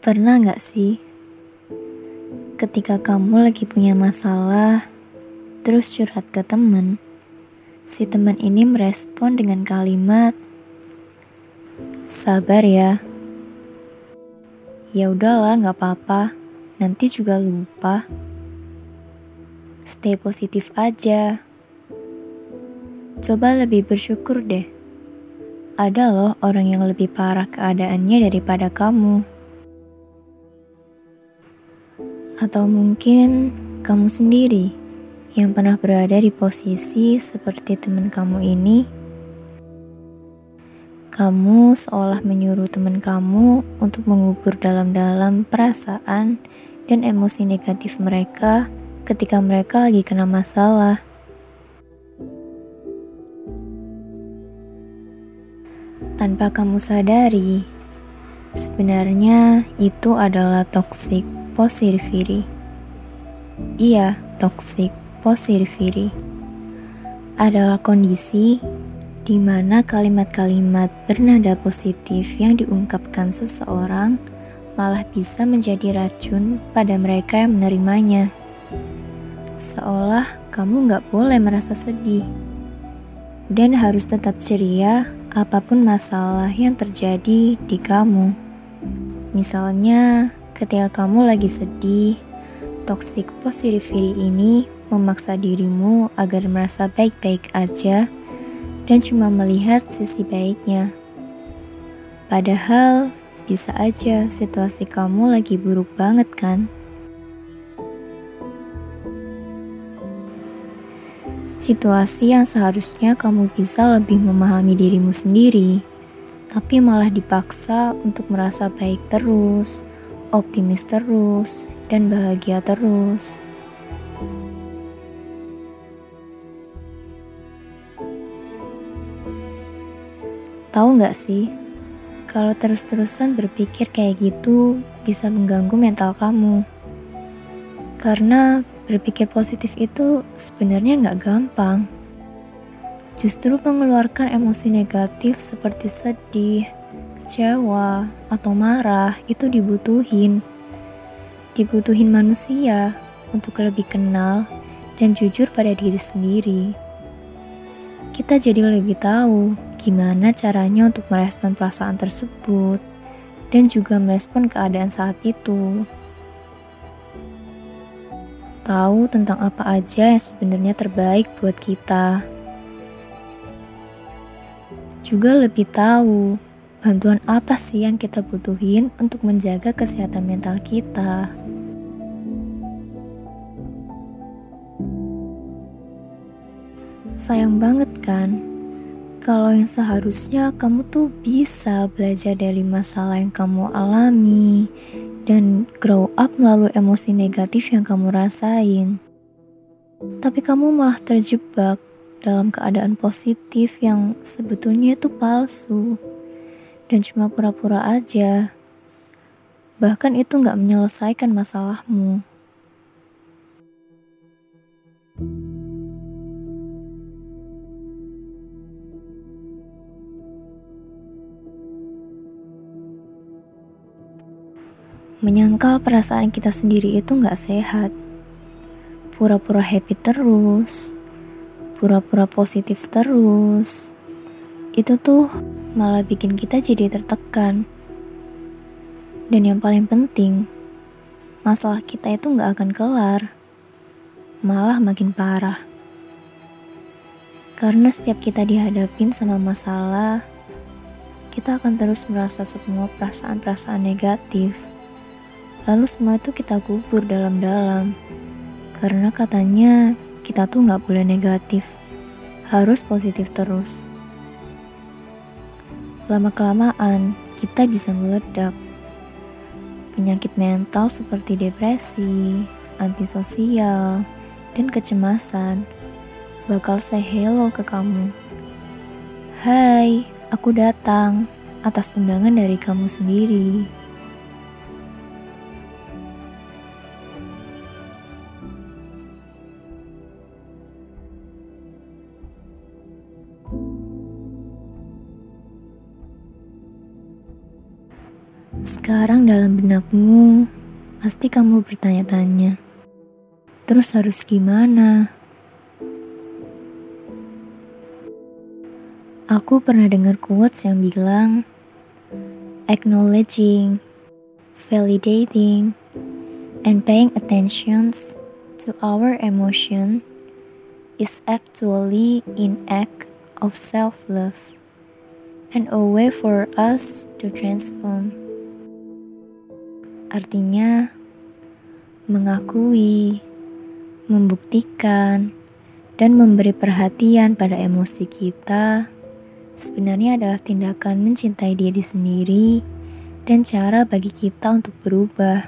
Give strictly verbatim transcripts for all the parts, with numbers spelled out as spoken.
Pernah gak sih, ketika kamu lagi punya masalah, terus curhat ke temen, si teman ini merespon dengan kalimat, "Sabar ya, ya udahlah gak apa-apa, nanti juga lupa. Stay positif aja. Coba lebih bersyukur deh. Ada loh orang yang lebih parah keadaannya daripada kamu." Atau mungkin kamu sendiri yang pernah berada di posisi seperti teman kamu ini. Kamu seolah menyuruh teman kamu untuk mengubur dalam-dalam perasaan dan emosi negatif mereka ketika mereka lagi kena masalah. Tanpa kamu sadari, sebenarnya itu adalah toxic positivity. Iya, toxic positivity adalah kondisi di mana kalimat-kalimat bernada positif yang diungkapkan seseorang malah bisa menjadi racun pada mereka yang menerimanya. Seolah kamu gak boleh merasa sedih dan harus tetap ceria apapun masalah yang terjadi di kamu. Misalnya, ketika kamu lagi sedih, toxic positivity ini memaksa dirimu agar merasa baik-baik aja dan cuma melihat sisi baiknya. Padahal, bisa aja situasi kamu lagi buruk banget kan? Situasi yang seharusnya kamu bisa lebih memahami dirimu sendiri, tapi malah dipaksa untuk merasa baik terus, optimis terus, dan bahagia terus. Tahu gak sih, kalau terus-terusan berpikir kayak gitu bisa mengganggu mental kamu. Karena berpikir positif itu sebenarnya gak gampang. Justru mengeluarkan emosi negatif seperti sedih, kecewa, atau marah itu dibutuhin. Dibutuhin manusia untuk lebih kenal dan jujur pada diri sendiri. Kita jadi lebih tahu gimana caranya untuk merespon perasaan tersebut dan juga merespon keadaan saat itu. Tahu tentang apa aja yang sebenarnya terbaik buat kita. Juga lebih tahu bantuan apa sih yang kita butuhin untuk menjaga kesehatan mental kita. Sayang banget kan, kalau yang seharusnya kamu tuh bisa belajar dari masalah yang kamu alami dan grow up melalui emosi negatif yang kamu rasain. Tapi kamu malah terjebak dalam keadaan positif yang sebetulnya itu palsu dan cuma pura-pura aja. Bahkan itu gak menyelesaikan masalahmu. Menyangkal perasaan kita sendiri itu gak sehat. Pura-pura happy terus, pura-pura positif terus. Itu tuh malah bikin kita jadi tertekan. Dan yang paling penting, masalah kita itu gak akan kelar, malah makin parah. Karena setiap kita dihadapin sama masalah, kita akan terus merasa semua perasaan-perasaan negatif. Lalu semua itu kita kubur dalam-dalam. Karena katanya kita tuh gak boleh negatif, harus positif terus. Lama-kelamaan kita bisa meledak. Penyakit mental seperti depresi, antisosial, dan kecemasan bakal say hello ke kamu. Hai, aku datang atas undangan dari kamu sendiri. Sekarang dalam benakmu, pasti kamu bertanya-tanya, terus harus gimana? Aku pernah dengar quotes yang bilang, acknowledging, validating, and paying attention to our emotion is actually an act of self-love and a way for us to transform. Artinya, mengakui, membuktikan, dan memberi perhatian pada emosi kita sebenarnya adalah tindakan mencintai diri sendiri dan cara bagi kita untuk berubah.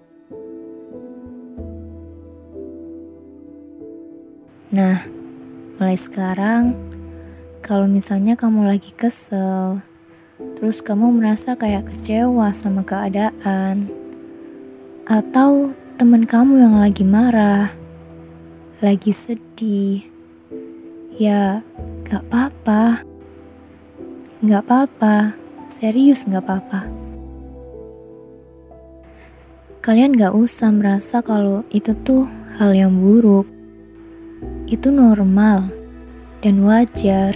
Nah, mulai sekarang, kalau misalnya kamu lagi kesel, terus kamu merasa kayak kecewa sama keadaan, atau teman kamu yang lagi marah, lagi sedih, ya gak apa-apa. Gak apa-apa, serius gak apa-apa. Kalian gak usah merasa kalau itu tuh hal yang buruk. Itu normal dan wajar.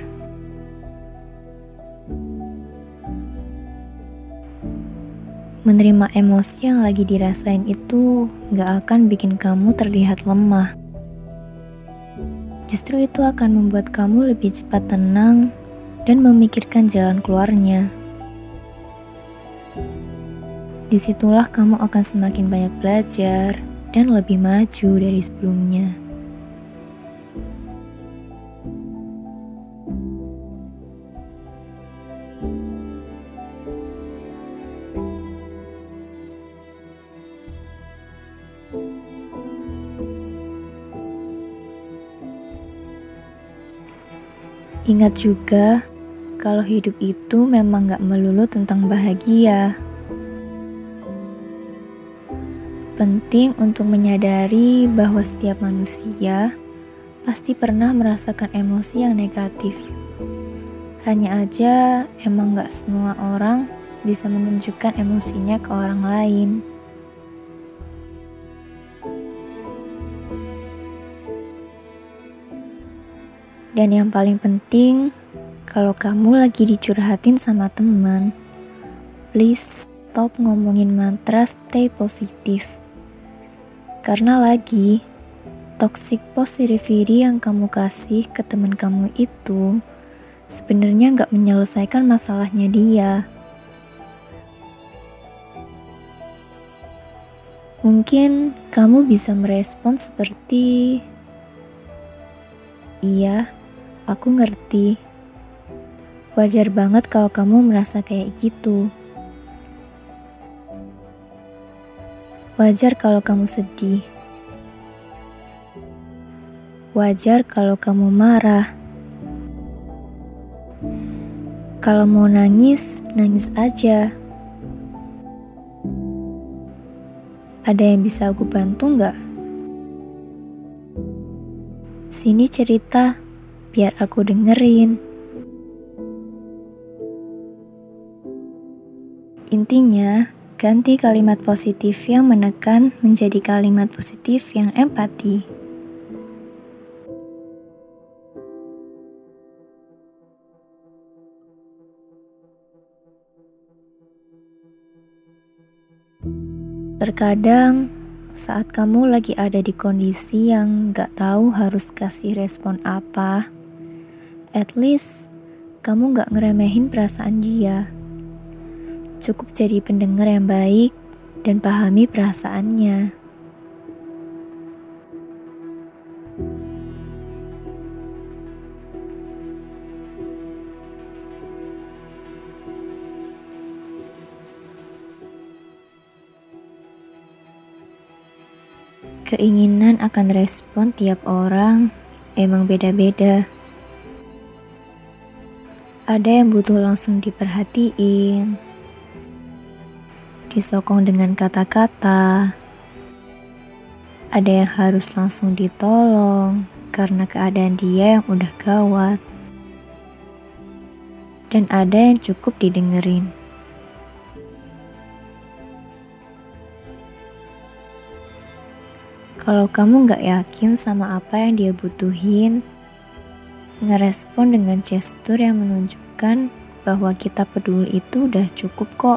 Menerima emosi yang lagi dirasain itu gak akan bikin kamu terlihat lemah. Justru itu akan membuat kamu lebih cepat tenang dan memikirkan jalan keluarnya. Disitulah kamu akan semakin banyak belajar dan lebih maju dari sebelumnya. Ingat juga, kalau hidup itu memang gak melulu tentang bahagia. Penting untuk menyadari bahwa setiap manusia pasti pernah merasakan emosi yang negatif. Hanya aja emang gak semua orang bisa menunjukkan emosinya ke orang lain. Dan yang paling penting, kalau kamu lagi dicurhatin sama teman, please stop ngomongin mantra stay positif. Karena lagi, toxic positivity yang kamu kasih ke teman kamu itu sebenarnya gak menyelesaikan masalahnya dia. Mungkin kamu bisa merespon seperti, iya, aku ngerti. Wajar banget kalau kamu merasa kayak gitu. Wajar kalau kamu sedih. Wajar kalau kamu marah. Kalau mau nangis, nangis aja. Ada yang bisa aku bantu nggak? Sini cerita, biar aku dengerin. Intinya, ganti kalimat positif yang menekan menjadi kalimat positif yang empati. Terkadang, saat kamu lagi ada di kondisi yang gak tahu harus kasih respon apa, at least kamu gak ngeremehin perasaan dia. Cukup jadi pendengar yang baik dan pahami perasaannya. Keinginan akan respon tiap orang emang beda-beda. Ada yang butuh langsung diperhatiin, disokong dengan kata-kata. Ada yang harus langsung ditolong karena keadaan dia yang udah gawat. Dan ada yang cukup didengerin. Kalau kamu gak yakin sama apa yang dia butuhin, ngerespon dengan gestur yang menunjukkan bahwa kita peduli itu udah cukup kok.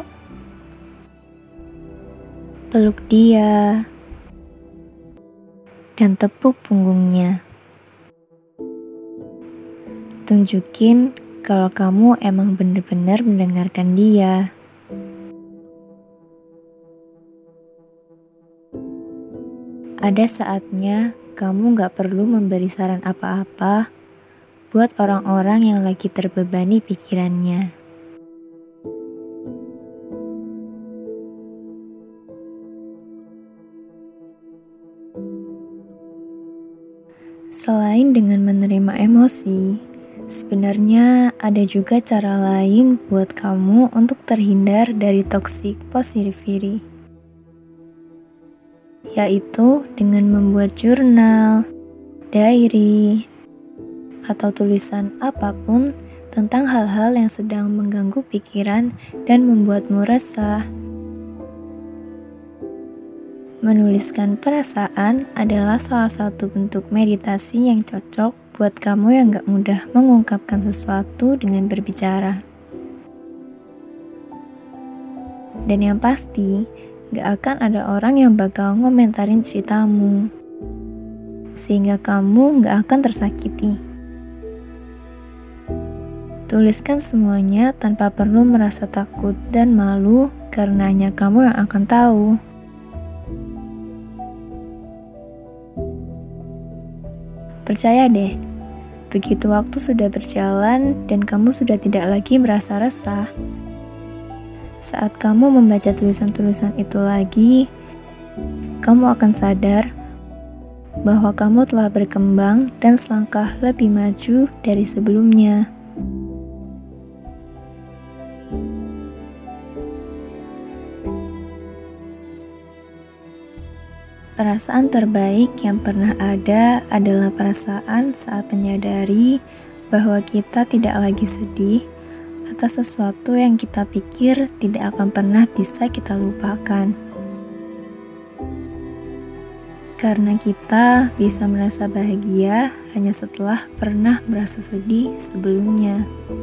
Peluk dia dan tepuk punggungnya. Tunjukin kalau kamu emang bener-bener mendengarkan dia. Ada saatnya kamu gak perlu memberi saran apa-apa buat orang-orang yang lagi terbebani pikirannya. Selain dengan menerima emosi, sebenarnya ada juga cara lain buat kamu untuk terhindar dari toxic positivity. Yaitu dengan membuat jurnal, diary, atau tulisan apapun tentang hal-hal yang sedang mengganggu pikiran dan membuatmu resah. Menuliskan perasaan adalah salah satu bentuk meditasi yang cocok buat kamu yang gak mudah mengungkapkan sesuatu dengan berbicara. Dan yang pasti, gak akan ada orang yang bakal ngomentarin ceritamu, sehingga kamu gak akan tersakiti. Tuliskan semuanya tanpa perlu merasa takut dan malu, karena hanya kamu yang akan tahu. Percaya deh, begitu waktu sudah berjalan dan kamu sudah tidak lagi merasa resah, saat kamu membaca tulisan-tulisan itu lagi, kamu akan sadar bahwa kamu telah berkembang dan selangkah lebih maju dari sebelumnya. Perasaan terbaik yang pernah ada adalah perasaan saat menyadari bahwa kita tidak lagi sedih atas sesuatu yang kita pikir tidak akan pernah bisa kita lupakan. Karena kita bisa merasa bahagia hanya setelah pernah merasa sedih sebelumnya.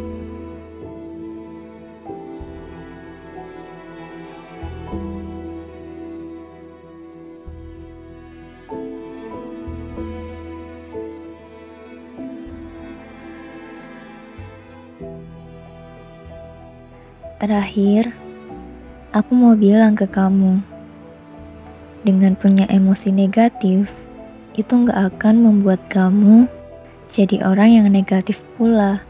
Terakhir, aku mau bilang ke kamu, dengan punya emosi negatif, itu gak akan membuat kamu jadi orang yang negatif pula.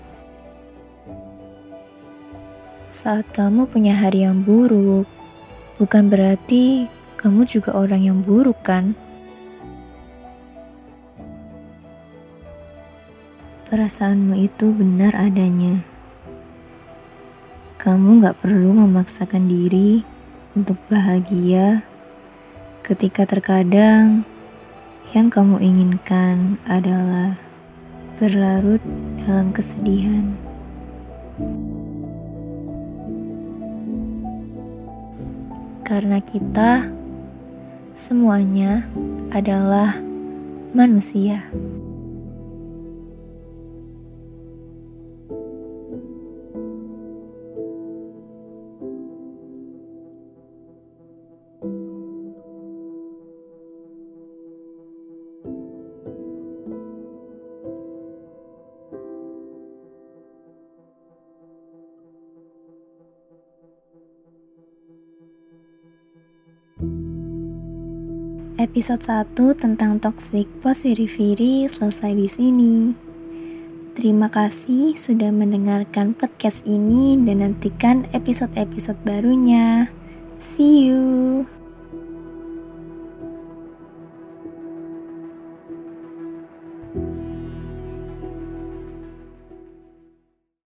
Saat kamu punya hari yang buruk, bukan berarti kamu juga orang yang buruk kan? Perasaanmu itu benar adanya. Kamu gak perlu memaksakan diri untuk bahagia ketika terkadang yang kamu inginkan adalah berlarut dalam kesedihan. Karena kita semuanya adalah manusia. Episode satu tentang toxic positivity selesai di sini. Terima kasih sudah mendengarkan podcast ini dan nantikan episode-episode barunya. See you.